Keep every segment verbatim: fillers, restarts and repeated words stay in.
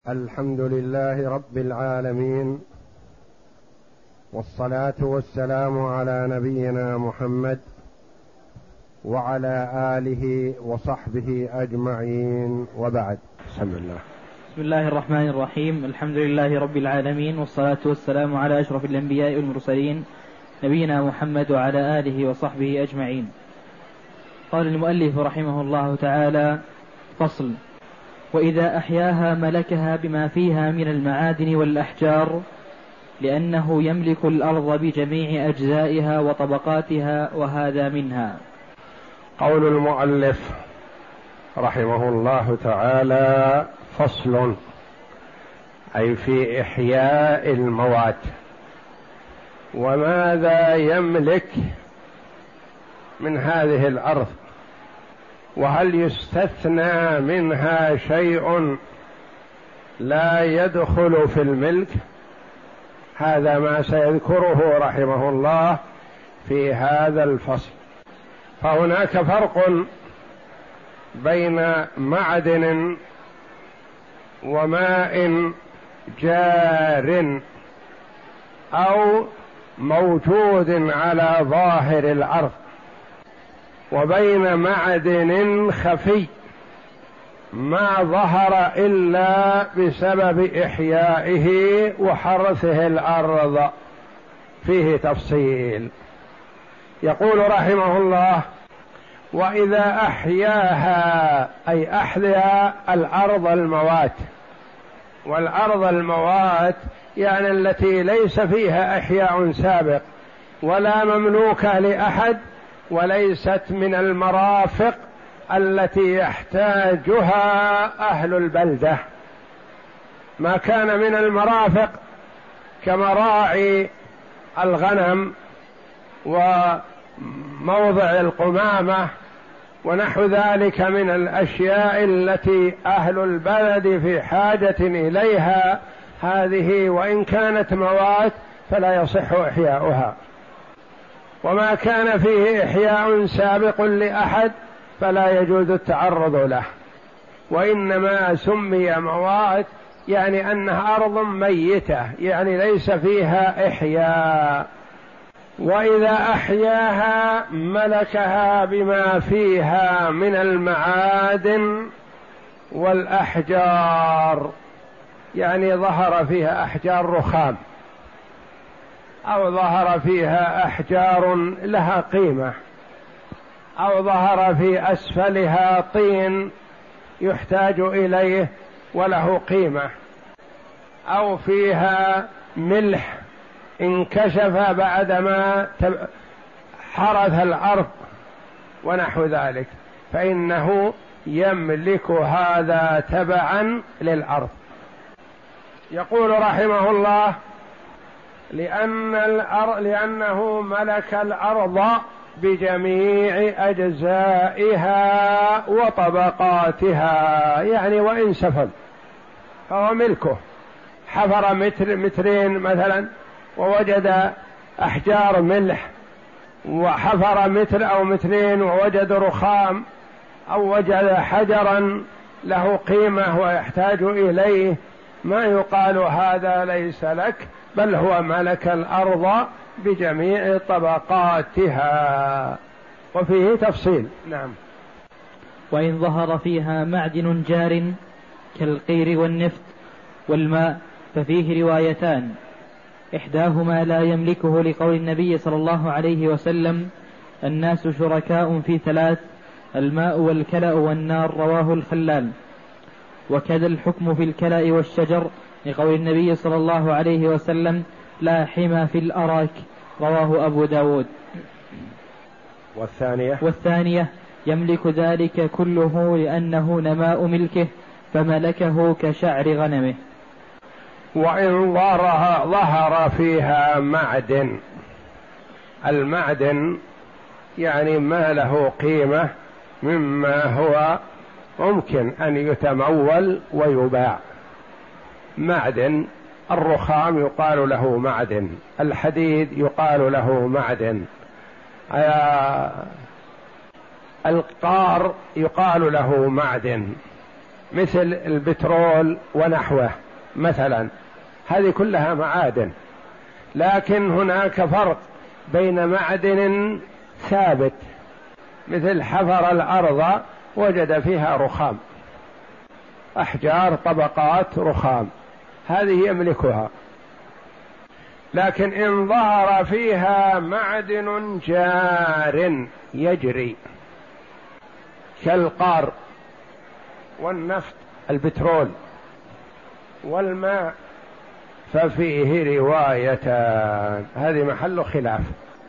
الحمد لله رب العالمين، والصلاة والسلام على نبينا محمد وعلى آله وصحبه أجمعين، وبعد. بسم الله بسم الله الرحمن الرحيم. الحمد لله رب العالمين، والصلاة والسلام على أشرف الأنبياء والمرسلين نبينا محمد وعلى آله وصحبه أجمعين. قال المؤلف رحمه الله تعالى: فصل: وإذا أحياها ملكها بما فيها من المعادن والأحجار، لأنه يملك الأرض بجميع أجزائها وطبقاتها، وهذا منها. قول المؤلف رحمه الله تعالى: فصل، أي في إحياء الموات. وماذا يملك من هذه الأرض؟ وهل يستثنى منها شيء لا يدخل في الملك؟ هذا ما سيذكره رحمه الله في هذا الفصل. فهناك فرق بين معدن وماء جار أو موجود على ظاهر الأرض، وبين معدن خفي ما ظهر إلا بسبب إحيائه وحرثه الأرض. فيه تفصيل. يقول رحمه الله: وإذا أحياها، أي أحيا الأرض الموات. والأرض الموات يعني التي ليس فيها إحياء سابق ولا مملوكة لأحد، وليست من المرافق التي يحتاجها أهل البلدة. ما كان من المرافق كمراعي الغنم وموضع القمامة ونحو ذلك من الأشياء التي أهل البلد في حاجة إليها، هذه وإن كانت موات فلا يصح إحياؤها. وما كان فيه إحياء سابق لأحد فلا يجوز التعرض له، وإنما سمي موات يعني أنها أرض ميتة، يعني ليس فيها إحياء. وإذا أحياها ملكها بما فيها من المعادن والأحجار، يعني ظهر فيها أحجار رخام أو ظهر فيها أحجار لها قيمة، أو ظهر في أسفلها طين يحتاج إليه وله قيمة، أو فيها ملح انكشف بعدما حرث الأرض ونحو ذلك، فإنه يملك هذا تبعا للأرض. يقول رحمه الله: لأن الأرض لأنه ملك الأرض بجميع أجزائها وطبقاتها، يعني وإن سفل فهو ملكه. حفر متر مترين مثلا ووجد أحجار ملح، وحفر متر أو مترين ووجد رخام، أو وجد حجرا له قيمة ويحتاج إليه، ما يقال هذا ليس لك، بل هو ملك الأرض بجميع طبقاتها. وفيه تفصيل. نعم. وإن ظهر فيها معدن جار كالقير والنفط والماء ففيه روايتان، إحداهما لا يملكه لقول النبي صلى الله عليه وسلم: الناس شركاء في ثلاث: الماء والكلأ والنار، رواه الخلال. وكذا الحكم في الكلأ والشجر لقول النبي صلى الله عليه وسلم: لا حمى في الأراك، رواه أبو داود. والثانية والثانية يملك ذلك كله لأنه نماء ملكه، فملكه كشعر غنمه. وإن ظهر, ظهر فيها معدن، المعدن يعني ما له قيمة مما هو ممكن أن يتمول ويباع. معدن الرخام يقال له معدن، الحديد يقال له معدن، القار يقال له معدن، مثل البترول ونحوه مثلا، هذه كلها معادن، لكن هناك فرق بين معدن ثابت مثل حفر الأرض وجد فيها رخام، أحجار طبقات رخام، هذه يملكها. لكن إن ظهر فيها معدن جار يجري كالقار والنفط البترول والماء ففيه روايتان، هذه محل خلاف.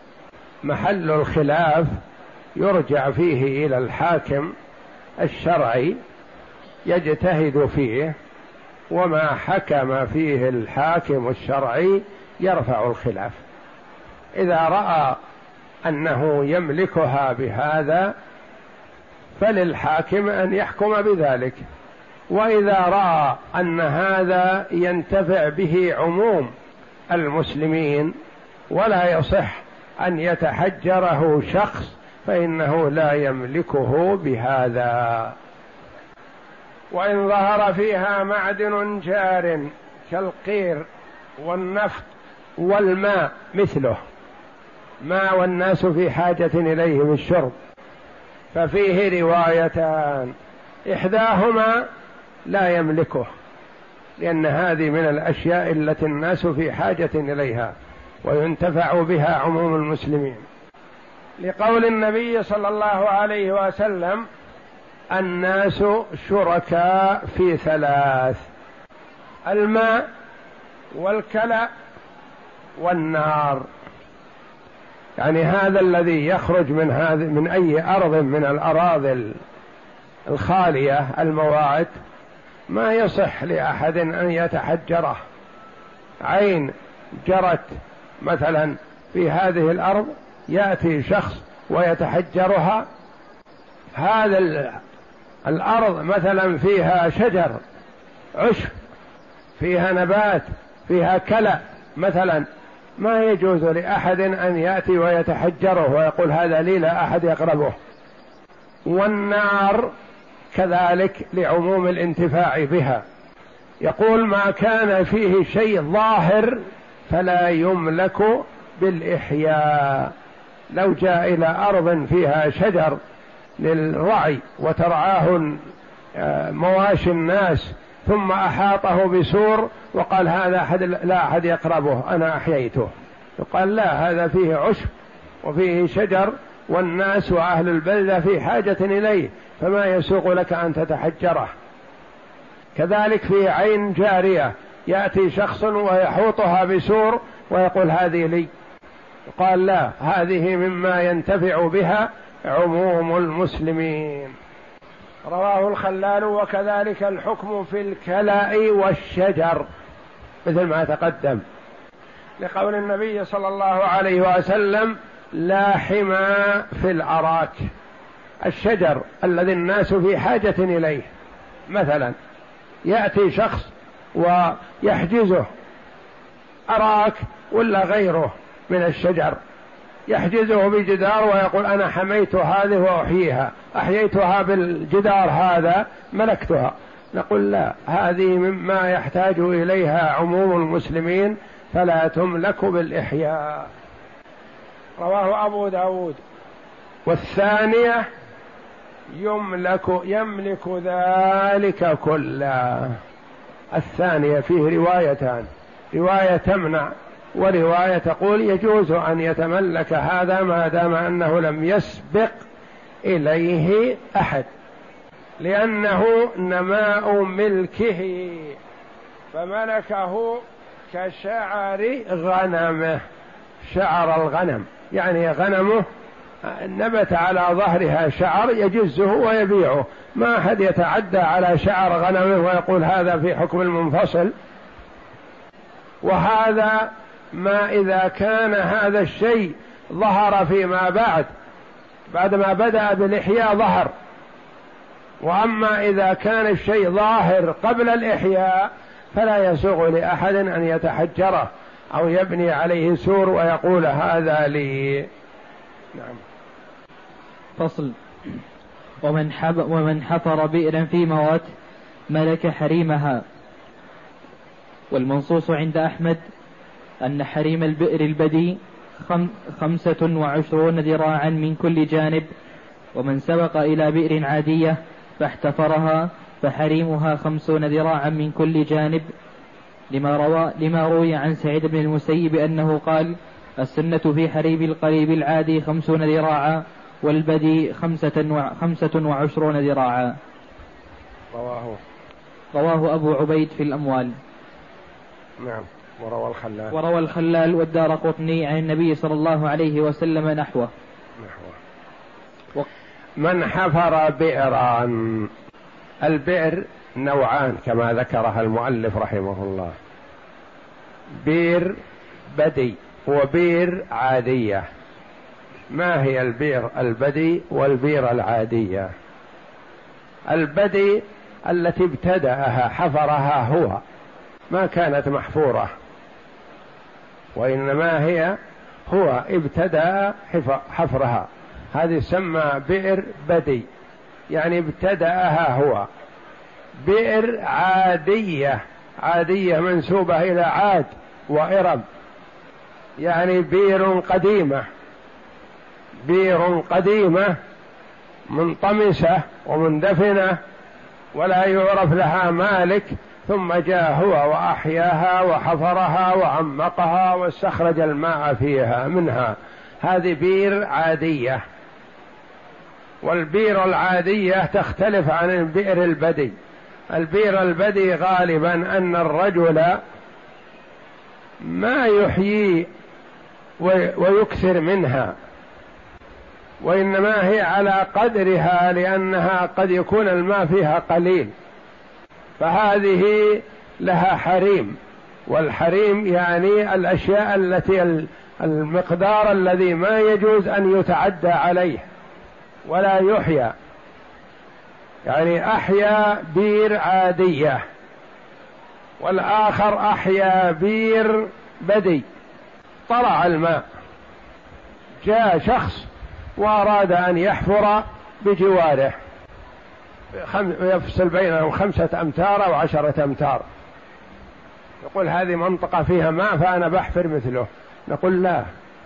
محل الخلاف يرجع فيه إلى الحاكم الشرعي يجتهد فيه، وما حكم فيه الحاكم الشرعي يرفع الخلاف. إذا رأى أنه يملكها بهذا فللحاكم أن يحكم بذلك، وإذا رأى أن هذا ينتفع به عموم المسلمين ولا يصح أن يتحجره شخص فإنه لا يملكه بهذا. وإن ظهر فيها معدن جار كالقير والنفط والماء مثله، ماء والناس في حاجة إليه بالشرب، ففيه روايتان، إحداهما لا يملكه لأن هذه من الأشياء التي الناس في حاجة إليها وينتفع بها عموم المسلمين، لقول النبي صلى الله عليه وسلم: الناس شركاء في ثلاث: الماء والكلى والنار. يعني هذا الذي يخرج من هذه من أي أرض من الأراضي الخالية المواد ما يصح لأحد أن يتحجره. عين جرت مثلا في هذه الأرض يأتي شخص ويتحجرها، هذا الأرض مثلا فيها شجر عشب، فيها نبات، فيها كلى مثلا، ما يجوز لأحد أن يأتي ويتحجره ويقول هذا لي، لا أحد يقربه. والنار كذلك لعموم الانتفاع بها، يقول: ما كان فيه شيء ظاهر فلا يملك بالإحياء. لو جاء إلى أرض فيها شجر للرعي وترعاه مواشي الناس ثم أحاطه بسور وقال هذا أحد لا أحد يقربه أنا أحييته، يقال لا، هذا فيه عشب وفيه شجر والناس وأهل البلدة في حاجة إليه، فما يسوق لك أن تتحجره. كذلك في عين جارية يأتي شخص ويحوطها بسور ويقول هذه لي، قال لا، هذه مما ينتفع بها عموم المسلمين. رواه الخلال. وكذلك الحكم في الكلاء والشجر مثل ما تقدم، لقول النبي صلى الله عليه وسلم: لا حمى في الأراك، الشجر الذي الناس في حاجة إليه، مثلا يأتي شخص ويحجزه أراك ولا غيره من الشجر، يحجزه بجدار ويقول أنا حميت هذه وأحييها، أحييتها بالجدار هذا ملكتها، نقول لا، هذه مما يحتاج إليها عموم المسلمين فلا تملك بالإحياء. رواه أبو داود. والثانية يملك يملك ذلك كله. الثانية فيه روايتان، رواية تمنع ورواية تقول يجوز أن يتملك هذا ما دام أنه لم يسبق إليه أحد، لأنه نماء ملكه فملكه كشعر غنمه. شعر الغنم يعني غنمه نبت على ظهرها شعر يجزه ويبيعه، ما أحد يتعدى على شعر غنمه ويقول هذا في حكم المنفصل. وهذا ما إذا كان هذا الشيء ظهر فيما بعد، بعدما بدأ بالإحياء ظهر، وأما إذا كان الشيء ظاهر قبل الإحياء فلا يسوغ لأحد أن يتحجره أو يبني عليه سور ويقول هذا لي. نعم. فصل. ومن, حب ومن حفر بئرا في موات ملك حريمها. والمنصوص عند أحمد أن حريم البئر البدي خمسة وعشرون ذراعا من كل جانب، ومن سبق إلى بئر عادية فاحتفرها فحريمها خمسون ذراعا من كل جانب، لما, روى لما روي عن سعيد بن المسيب أنه قال: السنة في حريم القريب العادي خمسون ذراعا، والبدي خمسة, خمسة وعشرون ذراعا. رواه رواه أبو عبيد في الأموال. نعم. وروى الخلال وروى الخلال والدارقطني عن النبي صلى الله عليه وسلم نحوه. نحوه. و... من حفر بئرا، البئر نوعان كما ذكرها المؤلف رحمه الله: بئر بدي وبئر عادية. ما هي البئر البدي والبئر العادية؟ البدي التي ابتدأها حفرها هو، ما كانت محفورة، وإنما هي هو ابتدأ حفرها، هذه سمى بئر بدي، يعني ابتدأها هو. بئر عادية، عادية منسوبة إلى عاد وإرم، يعني بئر قديمة، بئر قديمة منطمسة ومندفنة ولا يعرف لها مالك، ثم جاء هو وأحياها وحفرها وعمقها واستخرج الماء فيها منها، هذه بئر عادية. والبئر العادية تختلف عن البئر البدي. البئر البدي غالبا أن الرجل ما يحيي ويكثر منها، وإنما هي على قدرها، لأنها قد يكون الماء فيها قليل، فهذه لها حريم. والحريم يعني الأشياء التي المقدار الذي ما يجوز أن يتعدى عليه ولا يحيى، يعني أحيا بئر عادية، والآخر أحيا بئر بدي. طلع الماء، جاء شخص وأراد أن يحفر بجواره، يفصل بينهم خمسة أمتار أو عشرة أمتار، يقول هذه منطقة فيها ماء فأنا بحفر مثله. نقول لا،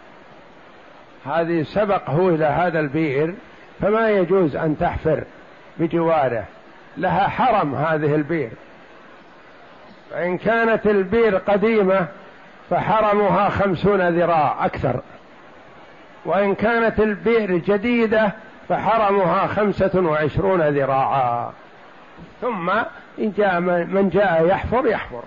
هذه سبق هو إلى هذا البئر فما يجوز أن تحفر بجواره، لها حرم هذه البئر. فإن كانت البئر قديمة فحرمها خمسون ذراع أكثر، وإن كانت البئر جديدة فحرمها خمسة وعشرون ذراعا. ثم إن جاء من جاء يحفر يحفر،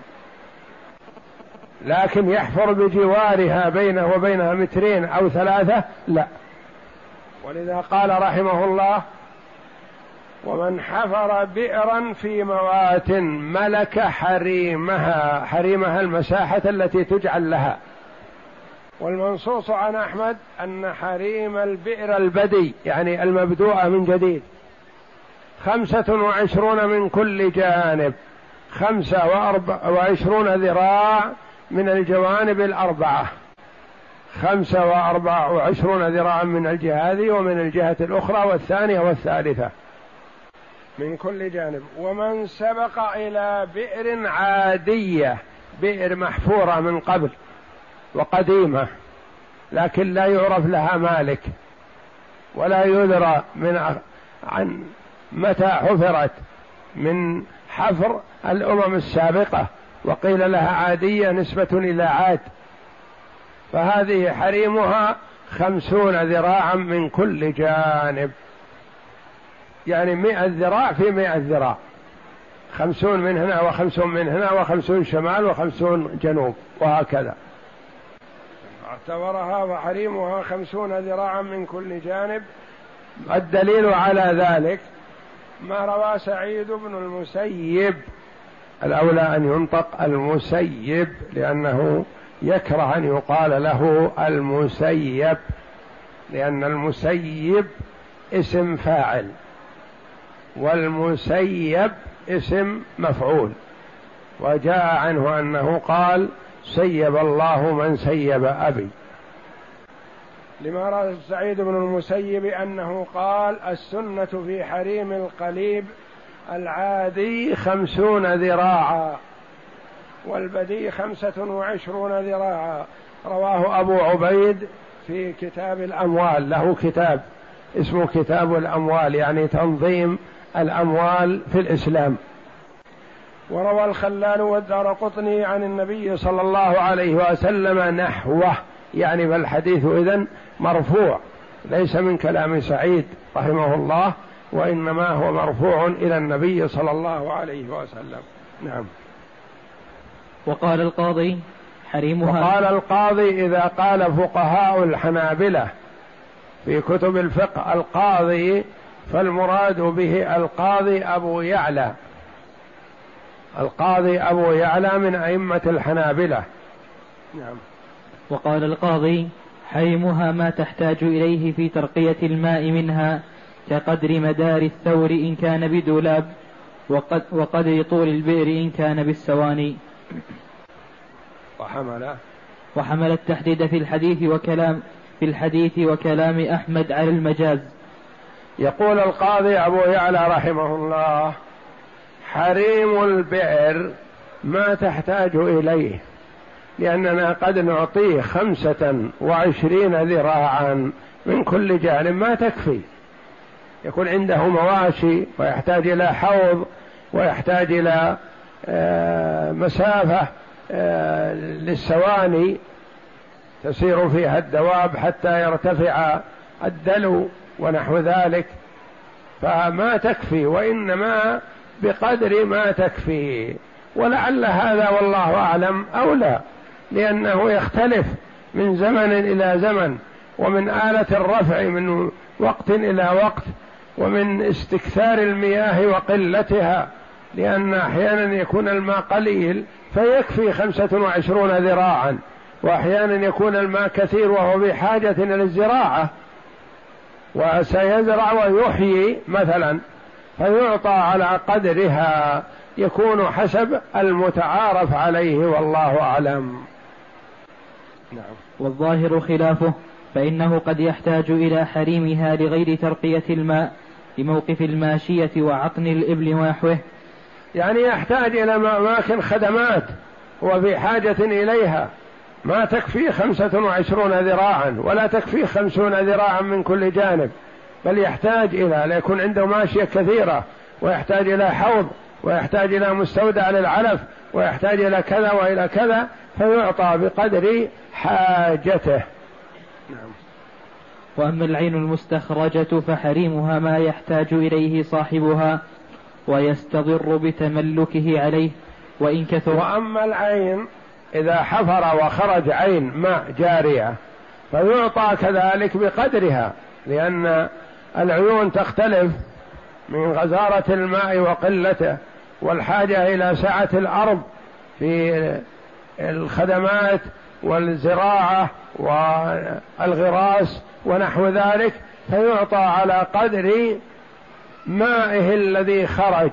لكن يحفر بجوارها بينه وبينها مترين أو ثلاثة لا. ولذا قال رحمه الله: ومن حفر بئرا في موات ملك حريمها، حريمها المساحة التي تجعل لها. والمنصوص عن أحمد أن حريم البئر البدي يعني المبدوء من جديد خمسة وعشرون من كل جانب، خمسة وعشرون ذراع من الجوانب الأربعة، خمسة وأربع وعشرون ذراعا من الجهة هذه ومن الجهة الأخرى والثانية والثالثة من كل جانب. ومن سبق إلى بئر عادية، بئر محفورة من قبل وقديمة لكن لا يعرف لها مالك ولا يدرى من عن متى حفرت، من حفر الأمم السابقة، وقيل لها عادية نسبة إلى عاد، فهذه حريمها خمسون ذراعا من كل جانب، يعني مئة ذراع في مئة ذراع، خمسون من هنا وخمسون من هنا وخمسون شمال وخمسون جنوب وهكذا. اعتبرها فحريمها خمسون ذراعا من كل جانب. الدليل على ذلك ما روى سعيد بن المسيب، الأولى أن ينطق المسيب لأنه يكره أن يقال له المسيب، لأن المسيب اسم فاعل والمسيب اسم مفعول. وجاء عنه أنه قال: سيب الله من سيب أبي. لما روى سعيد بن المسيب أنه قال: السنة في حريم القليب العادي خمسون ذراعا والبدي خمسة وعشرون ذراعا. رواه أبو عبيد في كتاب الأموال، له كتاب اسمه كتاب الأموال، يعني تنظيم الأموال في الإسلام. وروى الخلال والدارقطني عن النبي صلى الله عليه وسلم نحوه، يعني فالحديث إذن مرفوع، ليس من كلام سعيد رحمه الله، وإنما هو مرفوع إلى النبي صلى الله عليه وسلم. نعم. وقال القاضي حريمها. وقال القاضي إذا قال فقهاء الحنابلة في كتب الفقه القاضي فالمراد به القاضي أبو يعلى، القاضي أبو يعلى من أئمة الحنابلة. نعم. وقال القاضي حريمها ما تحتاج إليه في ترقية الماء منها كقدر مدار الثور إن كان بدولاب وقد وقدر طول البئر إن كان بالسواني. وحمل وحمل التحديد في الحديث وكلام في الحديث وكلام أحمد على المجاز. يقول القاضي أبو يعلى رحمه الله حريم البئر ما تحتاج إليه، لأننا قد نعطيه خمسة وعشرين ذراعا من كل جانب ما تكفي، يكون عنده مواشي ويحتاج إلى حوض ويحتاج إلى مسافة للسواني تسير فيها الدواب حتى يرتفع الدلو ونحو ذلك، فما تكفي، وإنما بقدر ما تكفي. ولعل هذا والله أعلم أولى، لأنه يختلف من زمن إلى زمن، ومن آلة الرفع من وقت إلى وقت، ومن استكثار المياه وقلتها، لأن أحيانا يكون الماء قليل فيكفي خمسة وعشرون ذراعا، وأحيانا يكون الماء كثير وهو بحاجة إلى الزراعة وسيزرع ويحيي مثلا، فيعطى على قدرها، يكون حسب المتعارف عليه والله أعلم. نعم. والظاهر خلافه، فإنه قد يحتاج إلى حريمها لغير ترقية الماء لموقف الماشية وعقن الإبل ونحوه، يعني يحتاج إلى أماكن خدمات وفي حاجة إليها، ما تكفي خمسة وعشرون ذراعا ولا تكفي خمسون ذراعا من كل جانب، بل يحتاج إلى ليكون عنده ماشية كثيرة، ويحتاج إلى حوض، ويحتاج إلى مستودع للعلف، ويحتاج إلى كذا وإلى كذا، فيعطى بقدر حاجته. نعم. وأما العين المستخرجة فحريمها ما يحتاج إليه صاحبها ويستضر بتملكه عليه وإن كثر. وأما العين إذا حفر وخرج عين ماء جارية فيعطى كذلك بقدرها، لأن العيون تختلف من غزارة الماء وقلته، والحاجة إلى سعة الأرض في الخدمات والزراعة والغراس ونحو ذلك، فيعطى على قدر مائه الذي خرج.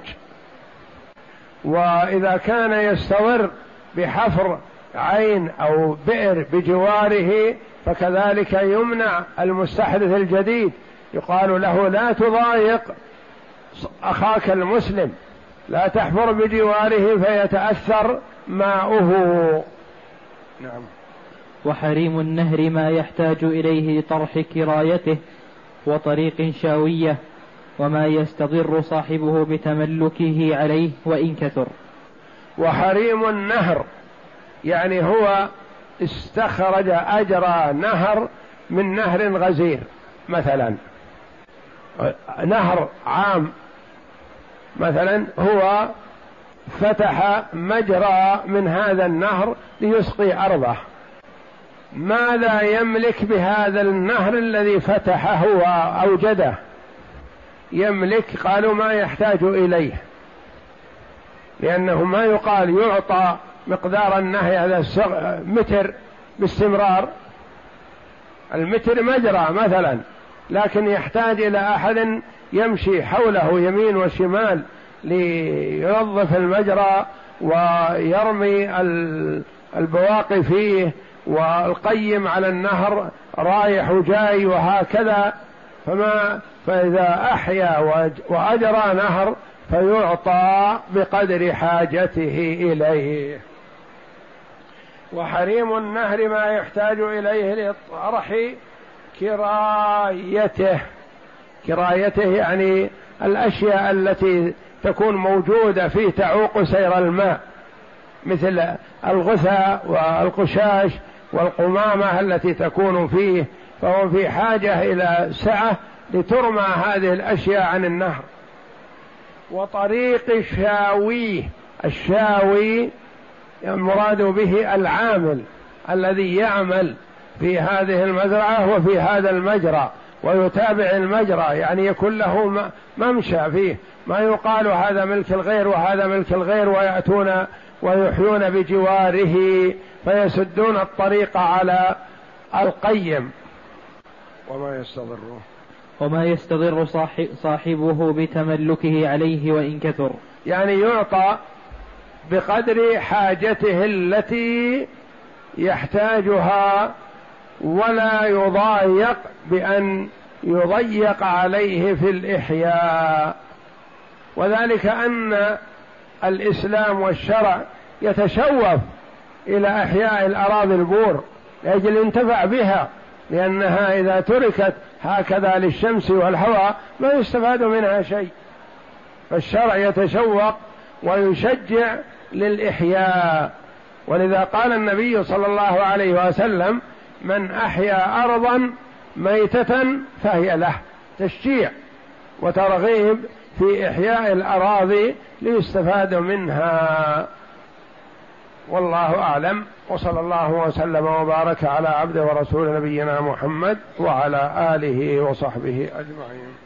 وإذا كان يستمر بحفر عين أو بئر بجواره فكذلك يمنع المستحدث الجديد، يقال له لا تضايق أخاك المسلم، لا تحفر بجواره فيتأثر ماؤه. نعم. وحريم النهر ما يحتاج إليه لطرح كرايته وطريق شاوية وما يستضر صاحبه بتملكه عليه وإن كثر. وحريم النهر يعني هو استخرج أجرى نهر من نهر غزير مثلا، نهر عام مثلا، هو فتح مجرى من هذا النهر ليسقي أرضه، ماذا يملك بهذا النهر الذي فتحه وأوجده؟ يملك، قالوا ما يحتاج إليه، لأنه ما يقال يعطى مقدار النهي هذا متر باستمرار، المتر مجرى مثلا، لكن يحتاج إلى أحد يمشي حوله يمين وشمال لينظف المجرى ويرمي البواقي فيه والقيم على النهر رايح وجاي وهكذا. فما فإذا أحيا وأجرى نهر فيعطى بقدر حاجته إليه. وحريم النهر ما يحتاج إليه للطرح كرايته، كرايته يعني الأشياء التي تكون موجودة فيه تعوق سير الماء، مثل الغثاء والقشاش والقمامة التي تكون فيه، فهو في حاجة إلى سعة لترمى هذه الأشياء عن النهر. وطريق الشاوي، الشاوي المراد به العامل الذي يعمل في هذه المزرعة وفي هذا المجرى ويتابع المجرى، يعني يكون له ممشى فيه، ما يقال هذا ملك الغير وهذا ملك الغير ويأتون ويحيون بجواره فيسدون الطريق على القيم. وما يستضره وما يستضر صاحبه بتملكه عليه وإن كثر، يعني يعطى بقدر حاجته التي يحتاجها ولا يضايق بأن يضيق عليه في الإحياء. وذلك أن الإسلام والشرع يتشوف إلى إحياء الأراضي البور لأجل ينتفع بها، لأنها إذا تركت هكذا للشمس والهواء ما يستفاد منها شيء، فالشرع يتشوق ويشجع للإحياء. ولذا قال النبي صلى الله عليه وسلم: من أحيا أرضا ميتة فهي له، تشجيع وترغيب في إحياء الأراضي ليستفاد منها. والله أعلم، وصلى الله وسلم وبارك على عبده ورسول نبينا محمد وعلى آله وصحبه أجمعين.